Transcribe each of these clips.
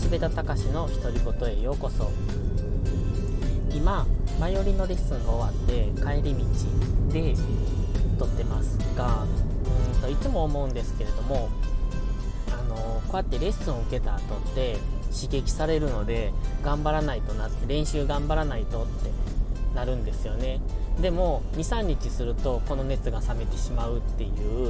橋田隆の独り言へようこそ。今バイオリンのレッスンが終わって帰り道で撮ってますが、いつも思うんですけれども、こうやってレッスンを受けた後って刺激されるので頑張らないとなって、練習頑張らないとってなるんですよね。でも 2,3 日するとこの熱が冷めてしまうっていう、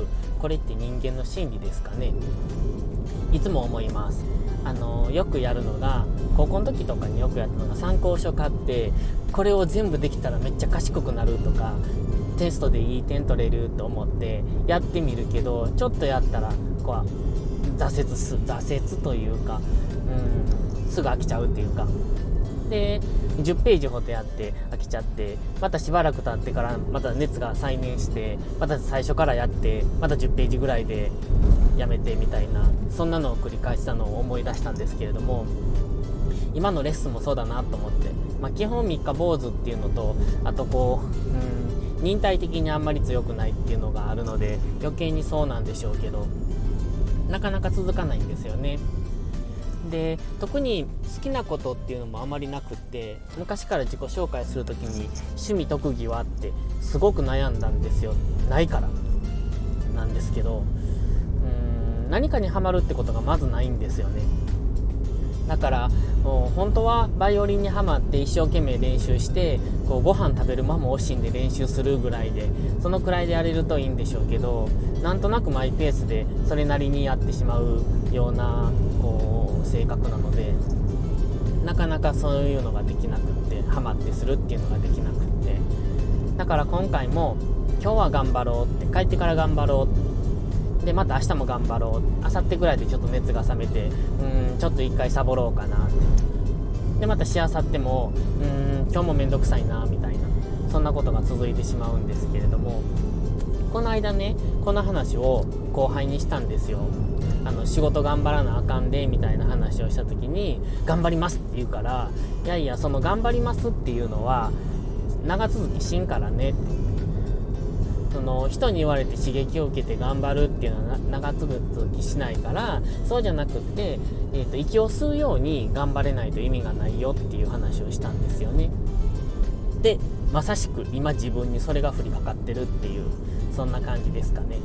これって人間の心理ですかね。いつも思います。よくやるのが、高校の時とかによくやったのが、参考書買ってこれを全部できたらめっちゃ賢くなるとか、テストでいい点取れると思ってやってみるけど、ちょっとやったらこう挫折というか、すぐ飽きちゃうっていうかで、10ページほどやって飽きちゃって、またしばらく経ってからまた熱が再燃して、また最初からやってまた10ページぐらいでやめてみたいな、そんなのを繰り返したのを思い出したんですけれども、今のレッスンもそうだなと思って、基本3日坊主っていうのと、あと忍耐的にあんまり強くないっていうのがあるので、余計にそうなんでしょうけど、なかなか続かないんですよね。で、特に好きなことっていうのもあまりなくって、昔から自己紹介するときに趣味特技はってすごく悩んだんですよ。ないからなんですけど、何かにハマるってことがまずないんですよね。だから本当はバイオリンにハマって一生懸命練習して、ご飯食べる間も惜しんで練習するぐらいで、そのくらいでやれるといいんでしょうけど、なんとなくマイペースでそれなりにやってしまうような性格なので、なかなかそういうのができなくって、ハマってするっていうのができなくって、だから今回も今日は頑張ろうって、帰ってから頑張ろうで、また明日も頑張ろう、明後日ぐらいでちょっと熱が冷めて、ちょっと一回サボろうかなって、でまたしあさっても今日もめんどくさいなみたいな、そんなことが続いてしまうんですけれども、この間ね、この話を後輩にしたんですよ。仕事頑張らなあかんでみたいな話をした時に、頑張りますって言うから、いやいや、その頑張りますっていうのは長続きしんからねって、人に言われて刺激を受けて頑張るっていうのは長続きしないから、そうじゃなくって、息を吸うように頑張れないと意味がないよっていう話をしたんですよね。で、まさしく今自分にそれが降りかかってるっていう、そんな感じですかね。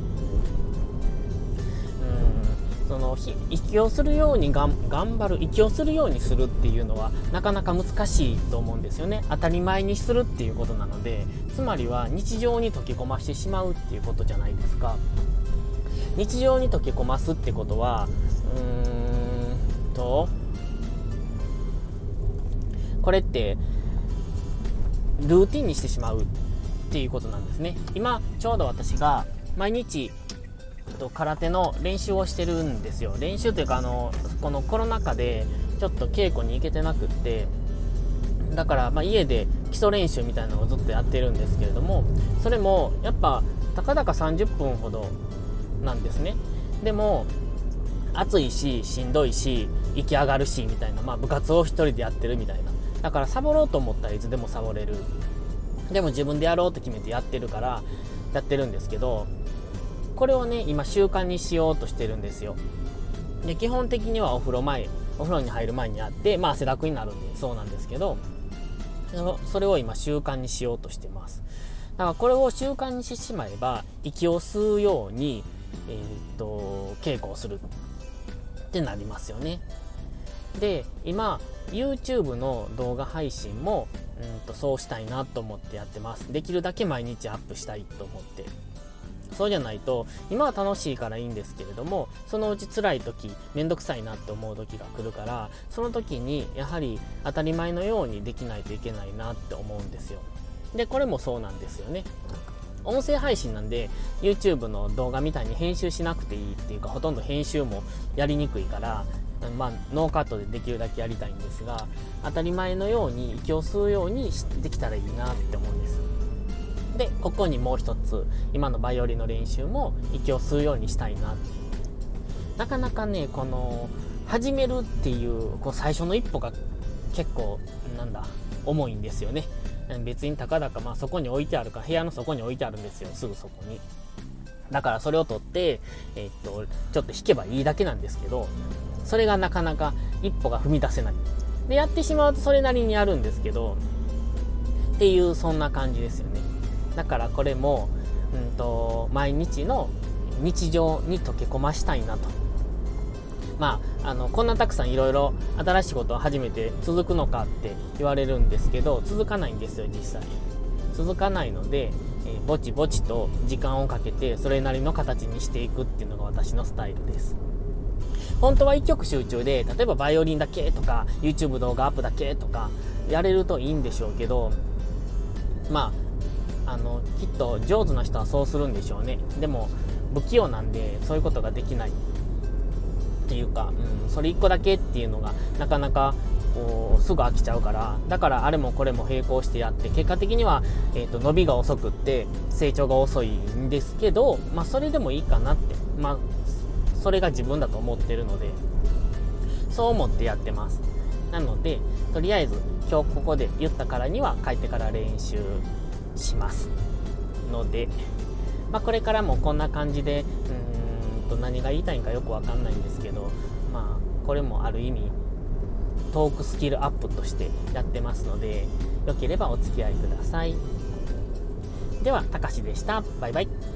息をするように頑張る、息をするようにするっていうのはなかなか難しいと思うんですよね。当たり前にするっていうことなので、つまりは日常に溶け込ましてしまうっていうことじゃないですか。日常に溶け込ますってことは、これってルーティンにしてしまうっていうことなんですね。今ちょうど私が毎日空手の練習をしてるんですよ。練習というか、このコロナ禍でちょっと稽古に行けてなくって、だから家で基礎練習みたいなのをずっとやってるんですけれども、それもやっぱたかだか30分ほどなんですね。でも暑いししんどいし息上がるしみたいな、部活を一人でやってるみたいな、だからサボろうと思ったらいつでもサボれる。でも自分でやろうと決めてやってるからやってるんですけど、これをね、今習慣にしようとしてるんですよ。で、基本的にはお風呂に入る前にやって、汗だくになるんでそうなんですけど、それを今習慣にしようとしてます。だからこれを習慣にしてしまえば、息を吸うように、稽古をするってなりますよね。で、今 YouTube の動画配信もそうしたいなと思ってやってます。できるだけ毎日アップしたいと思って。そうじゃないと、今は楽しいからいいんですけれども、そのうち辛い時、めんどくさいなって思う時が来るから、その時にやはり当たり前のようにできないといけないなって思うんですよ。で、これもそうなんですよね。音声配信なんで YouTube の動画みたいに編集しなくていいっていうか、ほとんど編集もやりにくいから、ノーカットでできるだけやりたいんですが、当たり前のように息を吸うようにできたらいいなって思うんです。で、ここにもう一つ、今のバイオリンの練習も息を吸うようにしたいな。なかなかね、始めるっていう、最初の一歩が結構重いんですよね。別にたかだかそこに置いてあるから、部屋の底に置いてあるんですよ、すぐそこに。だからそれを取って、ちょっと弾けばいいだけなんですけど、 それがなかなか一歩が踏み出せないで、やってしまうとそれなりにやるんですけどっていう、そんな感じですよね。だからこれも、毎日の日常に溶け込ましたいなと。こんなたくさんいろいろ新しいことを始めて続くのかって言われるんですけど、続かないんですよ。実際続かないので、ぼちぼちと時間をかけてそれなりの形にしていくっていうのが私のスタイルです。本当は一極集中で、例えばバイオリンだけとか YouTube 動画アップだけとかやれるといいんでしょうけど、きっと上手な人はそうするんでしょうね。でも不器用なんでそういうことができないっていうか、それ一個だけっていうのがなかなかすぐ飽きちゃうから、だからあれもこれも並行してやって、結果的には、伸びが遅くって成長が遅いんですけど、それでもいいかなって、それが自分だと思ってるので、そう思ってやってます。なのでとりあえず今日ここで言ったからには帰ってから練習しますので、これからもこんな感じで何が言いたいんかよくわかんないんですけど、これもある意味トークスキルアップとしてやってますので、よければお付き合いください。では、たかしでした。バイバイ。